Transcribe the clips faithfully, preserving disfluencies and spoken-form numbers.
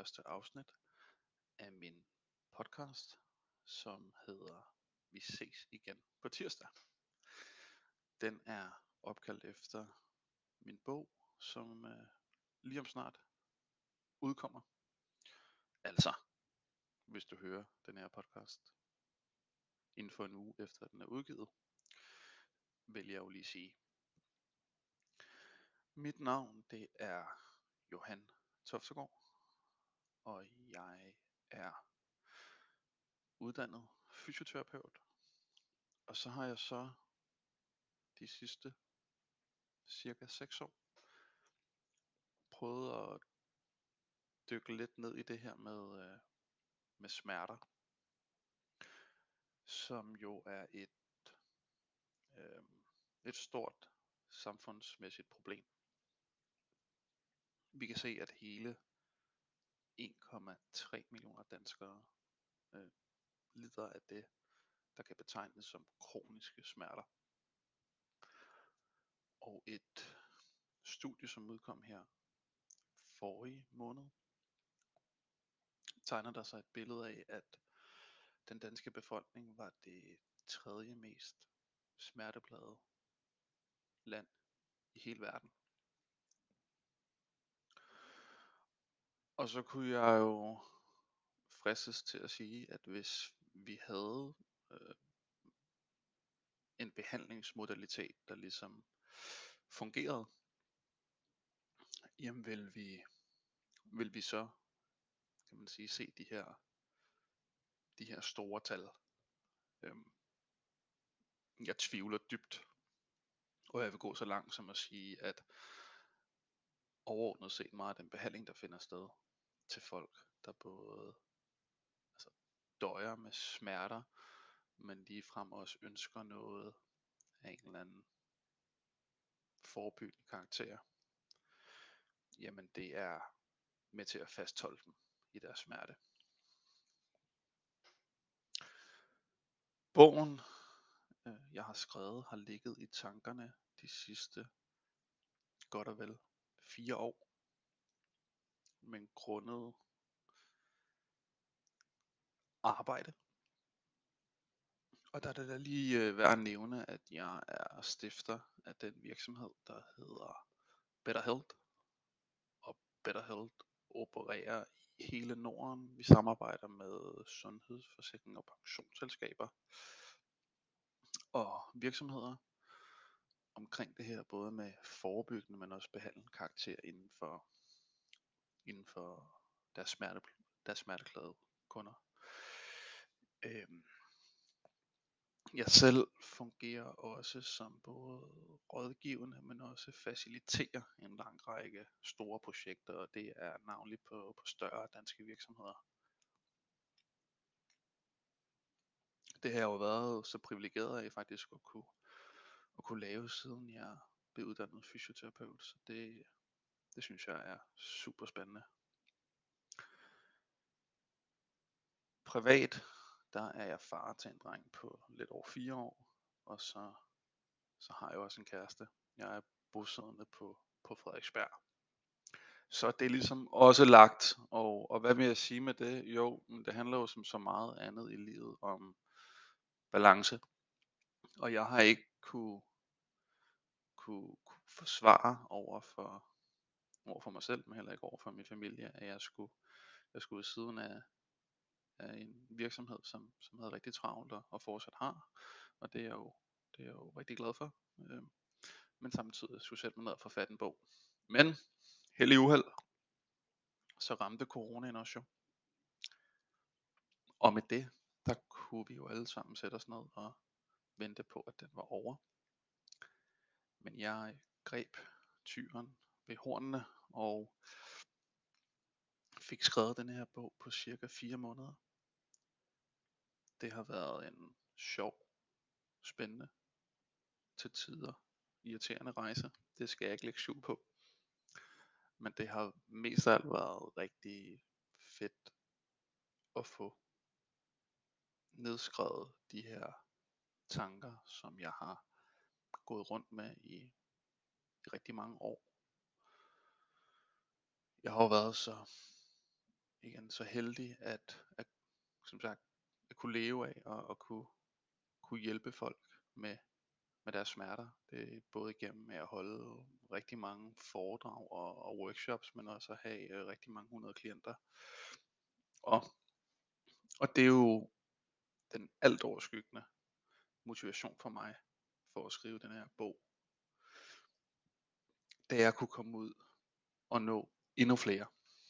første afsnit af min podcast, som hedder Vi ses igen på tirsdag. Den er opkaldt efter min bog, som øh, lige om snart udkommer. Altså, hvis du hører den her podcast inden for en uge efter den er udgivet, vil jeg jo lige sige. Mit navn det er Johan Toftegård, og jeg er uddannet fysioterapeut. Og så har jeg så de sidste cirka seks år prøvet at dykke lidt ned i det her med, øh, med smerter, som jo er et, øh, et stort samfundsmæssigt problem. Vi kan se, at hele en komma tre millioner danskere øh, lider af det, der kan betegnes som kroniske smerter. Og et studie, som udkom her forrige måned, tegner der sig et billede af, at den danske befolkning var det tredje mest smerteplagede land i hele verden. Og så kunne jeg jo fristes til at sige, at hvis vi havde øh, en behandlingsmodalitet, der ligesom fungerede, jamen vil vi, vil vi så, kan man sige, se de her, de her store tal. Øhm, jeg tvivler dybt, og jeg vil gå så langt som at sige, at overordnet set meget af den behandling, der finder sted til folk, der både altså, døjer med smerter, men ligefrem også ønsker noget af en eller anden forebyggende karakter, jamen det er med til at fastholde dem i deres smerte. Bogen, øh, jeg har skrevet, har ligget i tankerne de sidste godt og vel fire år, men grundet arbejde. Og der er det da lige øh, værd at nævne, at jeg er stifter af den virksomhed, der hedder Better Health. Og Better Health opererer i hele Norden. Vi samarbejder med sundhedsforsikring og pensionsselskaber og virksomheder omkring det her, både med forebyggende, men også behandlende karakter inden for, inden for deres, smerte, deres smerteklagede kunder. Øhm, jeg selv fungerer også som både rådgivende, men også faciliterer en lang række store projekter, og det er navnligt på, på større danske virksomheder. Det har jeg jo været så privilegeret af faktisk at kunne, at kunne lave, siden jeg blev uddannet fysioterapeut, så det, det synes jeg er super spændende. Privat, der er jeg far til en dreng på lidt over fire år, og så, så har jeg også en kæreste. Jeg er bosiddende på, på Frederiksberg. Så det er ligesom også lagt, og, og hvad vil jeg sige med det? Jo, men det handler jo som så meget andet i livet om balance, og jeg har ikke kunne, kunne, kunne forsvare over for, over for mig selv, men heller ikke over for min familie, at jeg skulle, jeg skulle ved siden af, af en virksomhed, som, som havde rigtig travlt og, og fortsat har, og det er jeg jo, det er jeg jo rigtig glad for, øh, men samtidig skulle sætte mig ned og få fat en bog. Men heldig uheld, så ramte coronaen også jo, og med det, der kunne vi jo alle sammen sætte os ned og vente på, at den var over. Men jeg greb tyren ved hornene og fik skrevet den her bog på cirka fire måneder. Det har været en sjov, spændende, til tider irriterende rejse. Det skal jeg ikke lægge skjul på. Men det har mest af alt været rigtig fedt at få nedskrevet de her tanker, som jeg har gået rundt med i, i rigtig mange år. Jeg har jo været så igen så heldig at, at som sagt at kunne leve af og, og kunne, kunne hjælpe folk med, med deres smerter. Det er både igennem med at holde rigtig mange foredrag og, og workshops, men også at have øh, rigtig mange hundrede klienter. Og, og det er jo den alt overskyggende motivation for mig for at skrive den her bog, da jeg kunne komme ud og nå endnu flere,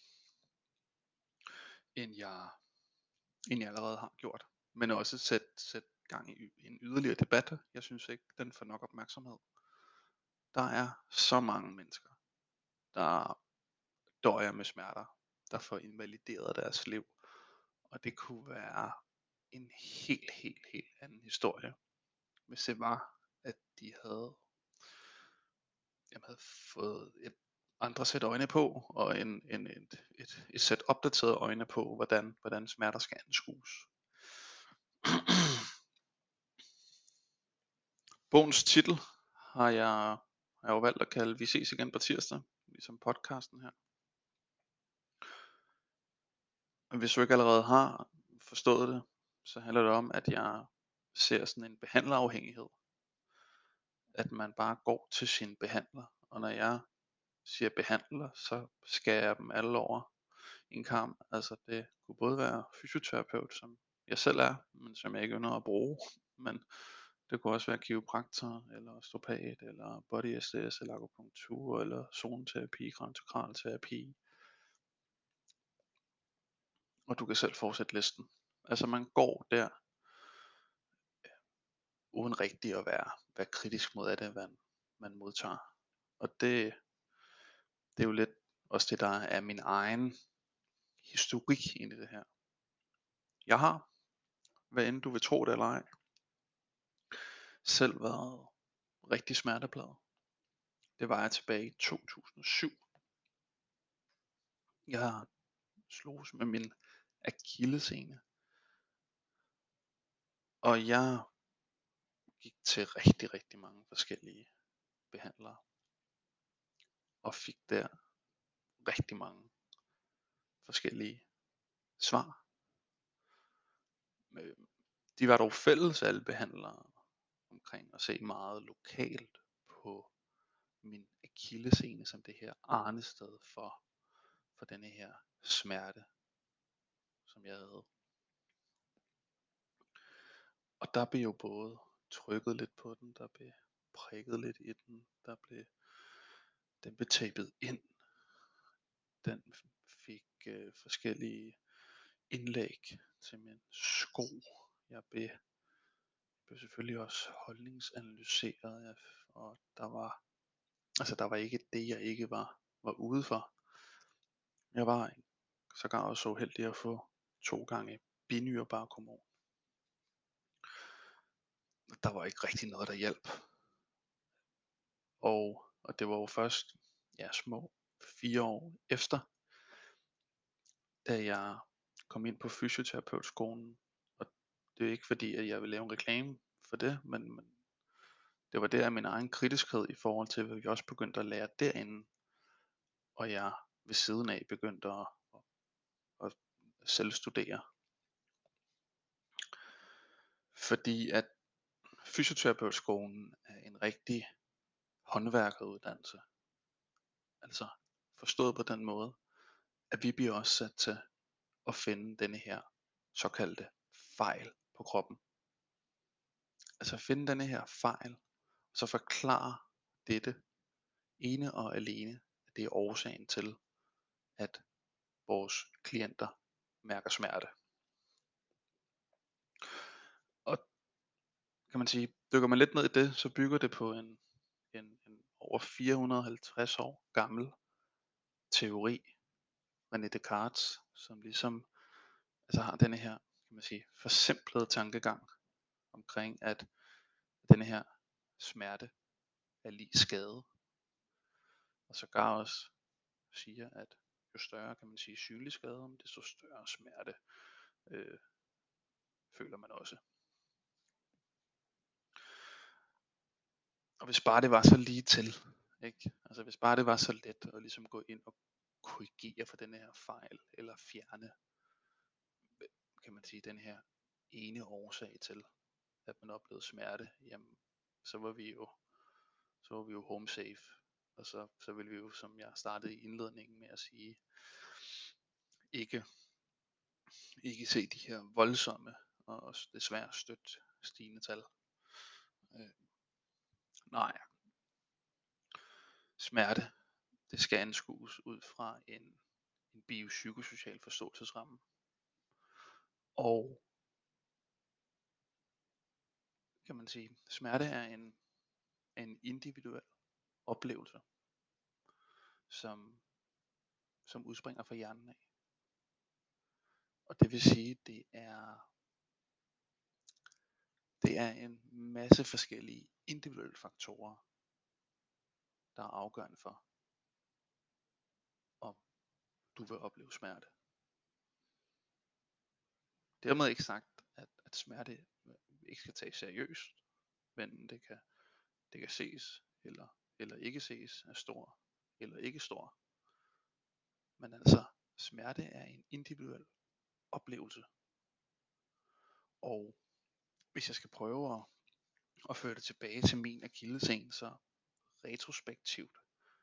end jeg, end jeg allerede har gjort. Men også sætte sæt gang i en yderligere debat. Jeg synes ikke, den får nok opmærksomhed. Der er så mange mennesker, der døjer med smerter, der får invalideret deres liv. Og det kunne være en helt, helt, helt anden historie, hvis det var, at de havde, jamen, havde fået et andre sæt øjne på, og en, en, et, et, et sæt opdaterede øjne på, hvordan, hvordan smerter skal anskues. Bogens titel har jeg, har jeg jo valgt at kalde Vi ses igen på tirsdag, ligesom podcasten her. Men hvis du ikke allerede har forstået det, så handler det om, at jeg ser sådan en behandlerafhængighed. At man bare går til sin behandler, og når jeg siger behandler, så skærer jeg dem alle over en kam. Altså det kunne både være fysioterapeut, som jeg selv er, men som jeg ikke ønsker at bruge. Men det kunne også være kiropraktor, eller osteopat, eller body S D S, eller akupunktur, eller zoneterapi, kraniosakralterapi. Og du kan selv fortsætte listen. Altså man går der, uden rigtig at være, være kritisk mod det, man, man modtager. Og det, det er jo lidt også det, der er min egen historik ind i det her. Jeg har, hvad end du vil tro det eller ej, selv været rigtig smerteplaget. Det var jeg tilbage i to tusind og syv. Jeg slogs med min akillessene. Og jeg gik til rigtig, rigtig mange forskellige behandlere. Og fik der rigtig mange forskellige svar. De var dog fælles, alle behandlere, omkring at se meget lokalt på min akillessene som det her arnested for, for denne her smerte, som jeg havde. Og der blev jo både trykket lidt på den, der blev prikket lidt i den, der blev, den blev tapet ind, den fik øh, forskellige indlæg til min sko. Jeg blev, blev selvfølgelig også holdningsanalyseret, og der var, altså der var ikke det, jeg ikke var, var ude for. Jeg var sågar også så heldig at få to gange binyrebarkhormon. Der var ikke rigtig noget, der hjalp. Og, og det var jo først, ja, små fire år efter, da jeg kom ind på fysioterapeutskolen. Og det er ikke fordi, at jeg vil lave en reklame for det, men, men det var der min egen kritiskhed i forhold til, hvad vi også begyndte at lære derinde. Og jeg ved siden af begyndte at, at, at selv studere. Fordi at fysioterapeutskolen er en rigtig håndværkeruddannelse. Altså forstået på den måde, at vi bliver også sat til at finde denne her såkaldte fejl på kroppen. Altså finde denne her fejl, så forklare dette ene og alene, at det er årsagen til, at vores klienter mærker smerte. Og kan man sige, dykker man lidt ned i det, så bygger det på en, en, en over fire hundrede og halvtreds år gammel teori, René Descartes, som ligesom altså har denne her, kan man sige, forsimplede tankegang omkring, at denne her smerte er lige skade. Og sågar også siger, at jo større, kan man sige, synlig skade, desto større smerte øh, føler man også. Og hvis bare det var så lige til, ikke? Altså hvis bare det var så let at ligesom gå ind og korrigere for den her fejl, eller fjerne, kan man sige, den her ene årsag til, at man oplevede smerte, jamen, så var vi jo, så var vi jo home safe, og så, så ville vi jo, som jeg startede i indledningen med at sige, ikke, ikke se de her voldsomme og desværre stødt stigende tal. Øh, nej, smerte, det skal anskues ud fra en, en biopsykosocial forståelsesramme. Og kan man sige, smerte er en, en individuel oplevelse, som, som udspringer fra hjernen af. Og det vil sige, det er, det er en masse forskellige individuelle faktorer, der er afgørende for, om du vil opleve smerte. Dermed ikke sagt, at, at smerte ikke skal tages seriøst, men det kan, det kan ses eller, eller ikke ses af stor eller ikke stor. Men altså, smerte er en individuel oplevelse. Og hvis jeg skal prøve at, at føre det tilbage til min akillescene, så retrospektivt,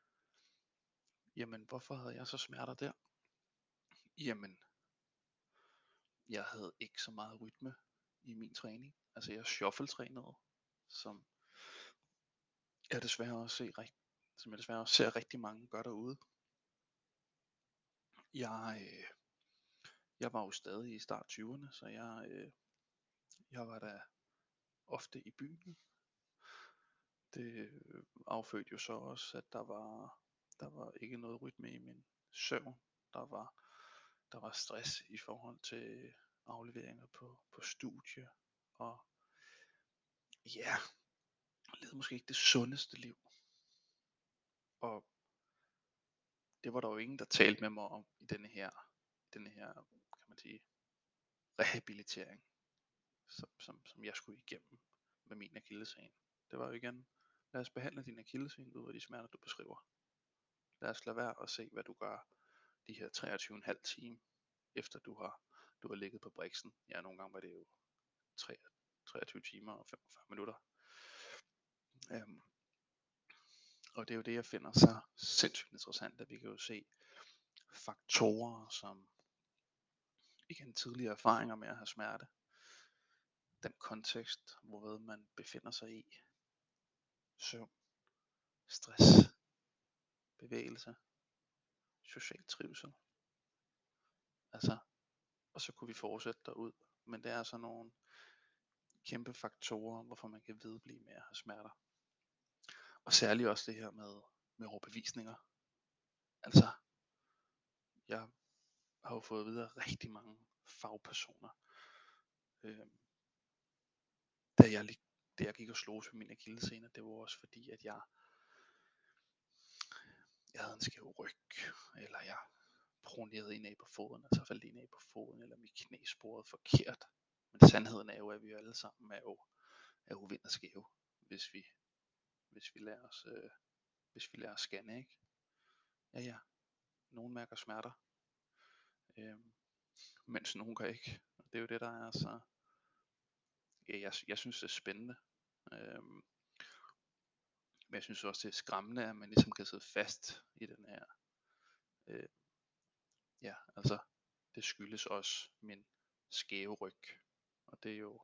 jamen hvorfor havde jeg så smerter der? Jamen, jeg havde ikke så meget rytme i min træning. Altså jeg shuffle-trænede, som jeg desværre også ser, som jeg desværre også ser rigtig mange gøre derude. Jeg, øh, jeg var jo stadig i start tyverne, så jeg, øh, jeg var da ofte i byen. Det affødte jo så også, at der var, der var ikke noget rytme i min søvn. Der var, der var stress i forhold til afleveringer på, på studie, og ja, jeg levede måske ikke det sundeste liv. Og det var der jo ingen, der talte med mig om i denne her, denne her, kan man sige, rehabilitering, som, som, som jeg skulle igennem med min akillescene. Det var jo igen, lad os behandle din akillescene ud af de smerter, du beskriver. Lad os lade være og se, hvad du gør de her treogtyve komma fem timer, efter du har, du har ligget på briksen. Ja, nogle gange var det jo treogtyve timer og femogfyrre minutter. Øhm, og det er jo det, jeg finder så sindssygt interessant, at vi kan jo se faktorer som, igen, tidligere erfaringer med at have smerte, den kontekst, hvorved man befinder sig i, søvn, stress, bevægelse, social trivsel. Altså, og så kunne vi fortsætte derud. Men det er altså nogle kæmpe faktorer, hvorfor man kan vedblive med at have smerter. Og særligt også det her med, med overbevisninger. Altså, jeg har jo fået videre rigtig mange fagpersoner, øh, da, jeg, da jeg gik og slogs med min akillescene. Det var også fordi, at jeg, jeg havde en skæv ryg, eller jeg pronerede indad på foden, altså faldt indad på foden, eller mit knæ sporede forkert. Men sandheden er jo, at vi alle sammen er jo, er jo vind og skæve, hvis vi, hvis vi lader os, øh, hvis vi lader os scanne, ikke? Ja, ja. Nogle mærker smerter, øh, mens nogen gør ikke. Og det er jo det, der er så, ja, jeg, jeg synes, det er spændende. Øh, men jeg synes også, det er skræmmende, at man ligesom kan sidde fast i den her, øh, ja, altså, det skyldes også min skæve ryg. Og det er jo,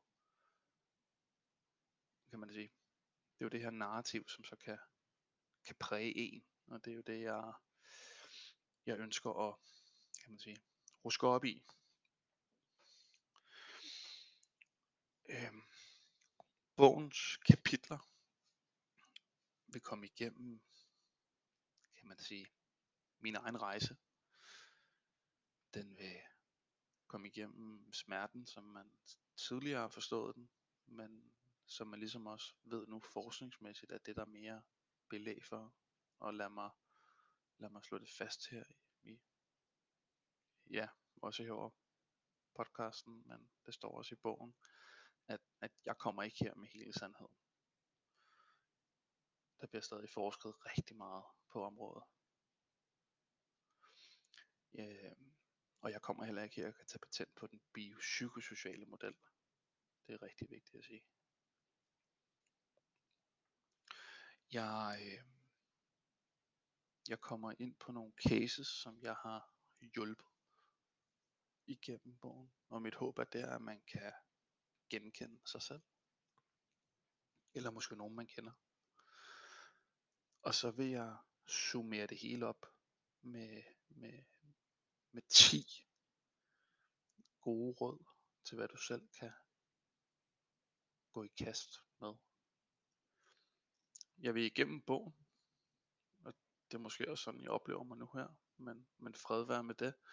kan man sige, det er jo det her narrativ, som så kan, kan præge en. Og det er jo det, jeg, jeg ønsker at, kan man sige, ruske op i. Øhm, bogens kapitler vil komme igennem, kan man sige, min egen rejse. Den vil komme igennem smerten, som man tidligere har forstået den, men som man ligesom også ved nu forskningsmæssigt, at det der er mere belæg for. Og lad mig, lad mig slå det fast her i, ja, også her over podcasten, men det står også i bogen, at, at jeg kommer ikke her med hele sandheden. Der bliver stadig forsket rigtig meget på området. Øh, og jeg kommer heller ikke her og kan tage patent på den biopsykosociale model. Det er rigtig vigtigt at sige. Jeg, øh, jeg kommer ind på nogle cases, som jeg har hjulpet igennem bogen. Og mit håb er der, at man kan genkende sig selv. Eller måske nogen, man kender. Og så vil jeg summere det hele op med, med, med ti gode råd til, hvad du selv kan gå i kast med. Jeg vil igennem bogen, og det er måske også sådan, jeg oplever mig nu her, men, men fred være med det.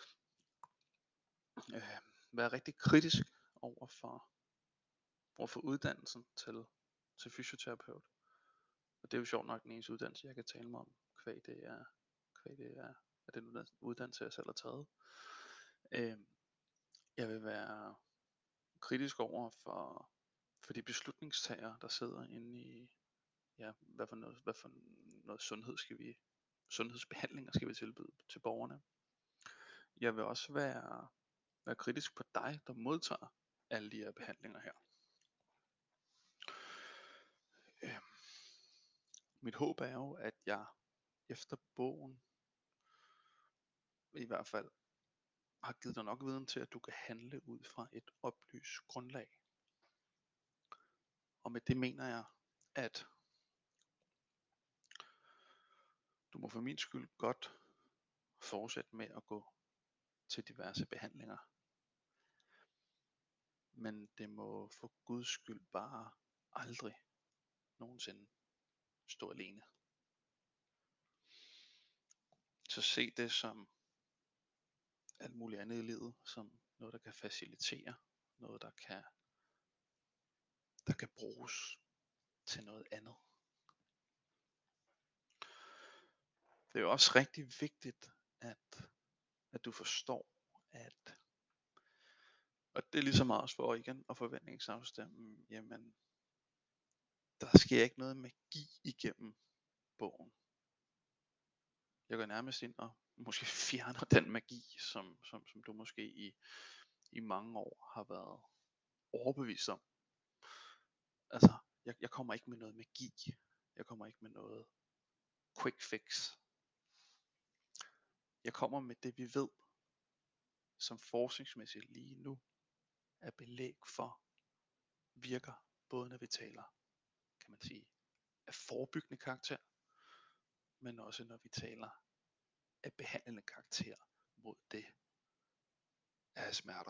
Øh, være rigtig kritisk over for, over for uddannelsen til, til fysioterapeut. Og det er jo sjovt nok den eneste uddannelse, jeg kan tale mig om, kvæg det er, kvæg det er, er den uddannelse, jeg selv har taget. Øh, jeg vil være kritisk over for, for de beslutningstagere, der sidder inde i, ja, hvad for noget, hvad for noget sundhed skal vi, sundhedsbehandlinger skal vi tilbyde til borgerne. Jeg vil også være, være kritisk på dig, der modtager alle de her behandlinger her. Øh, mit håb er jo, at jeg efter bogen i hvert fald har givet dig nok viden til, at du kan handle ud fra et oplyst grundlag. Og med det mener jeg, at du må for min skyld godt fortsætte med at gå til diverse behandlinger. Men det må for Guds skyld bare aldrig nogensinde stå alene. Så se det som alt muligt andet i livet, som noget der kan facilitere, noget der kan, der kan bruges til noget andet. Det er jo også rigtig vigtigt, at, at du forstår, at, og det er lige så meget også for igen at forventningsafstemme, jamen, der sker ikke noget magi igennem bogen. Jeg går nærmest ind og måske fjerner den magi, som, som, som du måske i, i mange år har været overbevist om. Altså, jeg, jeg kommer ikke med noget magi. Jeg kommer ikke med noget quick fix. Jeg kommer med det, vi ved, som forskningsmæssigt lige nu er belæg for, virker, både når vi taler, kan man sige, af forebyggende karakter, men også når vi taler af behandlende karakter mod det af smerter.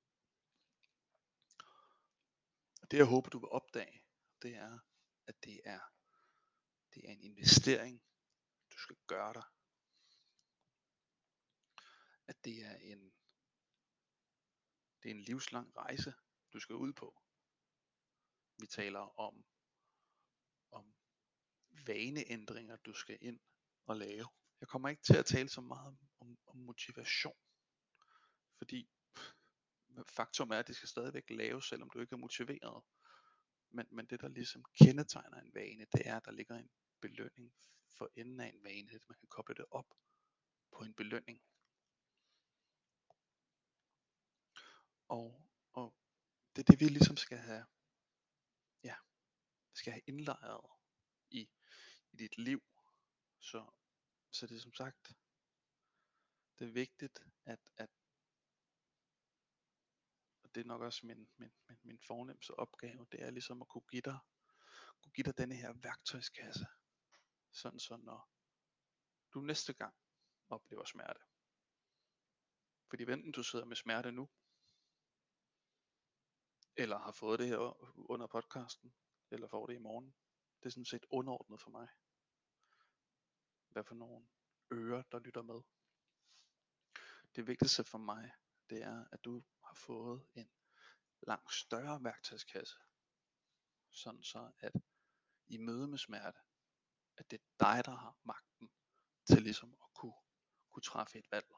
Og det jeg håber du vil opdage, det er, at det er, det er en investering, du skal gøre dig. At det er en, det er en livslang rejse, du skal ud på. Vi taler om, om vaneændringer, du skal ind og lave. Jeg kommer ikke til at tale så meget om, om, om motivation, fordi faktum er, at det skal stadigvæk laves, selvom du ikke er motiveret. Men, men det der ligesom kendetegner en vane, det er, at der ligger en belønning for enden af en vane, at man kan koble det op på en belønning. Og, og det er det, vi ligesom skal have, ja, skal have indlejret i, i dit liv. Så, så det er som sagt, det er vigtigt, at, at og det er nok også min, min, min, min fornemmeste opgave, det er ligesom at kunne give dig, kunne give dig denne her værktøjskasse, sådan så når du næste gang oplever smerte. Fordi enten du sidder med smerte nu, eller har fået det her under podcasten, eller får det i morgen, det er sådan set underordnet for mig. Hvad for nogle ører, der lytter med. Det vigtigste for mig, det er, at du har fået en langt større værktøjskasse, sådan så at i møde med smerte, at det er dig, der har magten til ligesom at kunne, kunne træffe et valg.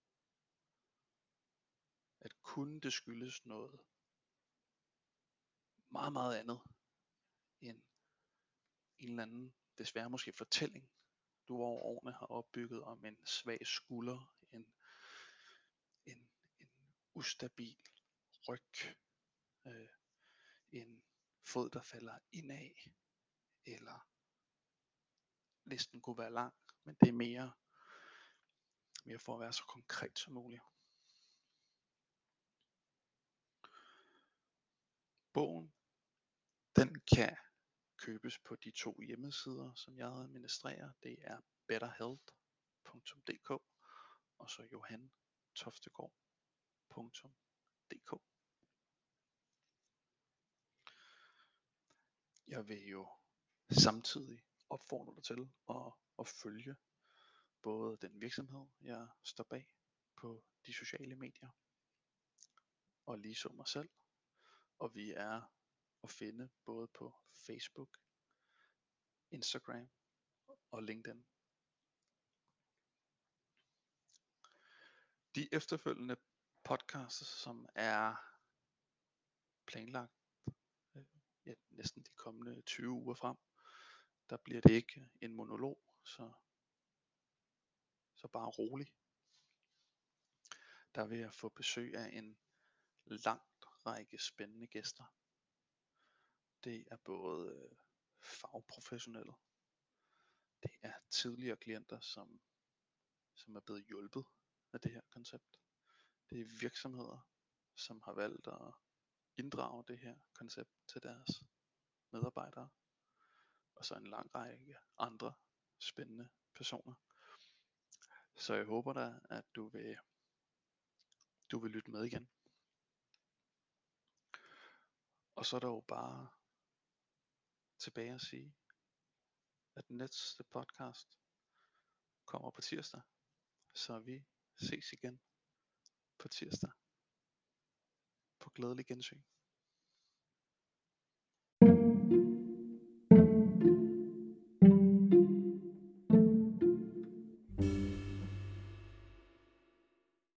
At kunne det skyldes noget meget, meget andet end en eller anden, desværre måske fortælling, du over årene har opbygget om en svag skulder, en, ustabil ryg, øh, en fod der falder indad, eller listen kunne være lang, men det er mere, mere for at være så konkret som muligt. Bogen, den kan købes på de to hjemmesider, som jeg administrerer. Det er betterhealth punktum d k og så johan toftegård punktum d k. Jeg vil jo samtidig opfordre dig til at, at følge både den virksomhed, jeg står bag på de sociale medier, og lige så mig selv. Og vi er at finde både på Facebook, Instagram og LinkedIn. De efterfølgende podcasts, som er planlagt øh, ja, næsten de kommende tyve uger frem, der bliver det ikke en monolog, så, så bare rolig. Der vil jeg få besøg af en lang række spændende gæster. Det er både øh, fagprofessionelle, det er tidligere klienter, som, som er blevet hjulpet af det her koncept. Det er virksomheder, som har valgt at inddrage det her koncept til deres medarbejdere. Og så en lang række andre spændende personer. Så jeg håber da, at du vil, du vil lytte med igen. Og så er der jo bare tilbage at sige, at næste podcast kommer på tirsdag. Så vi ses igen på tirsdag. På glædelig gensyn.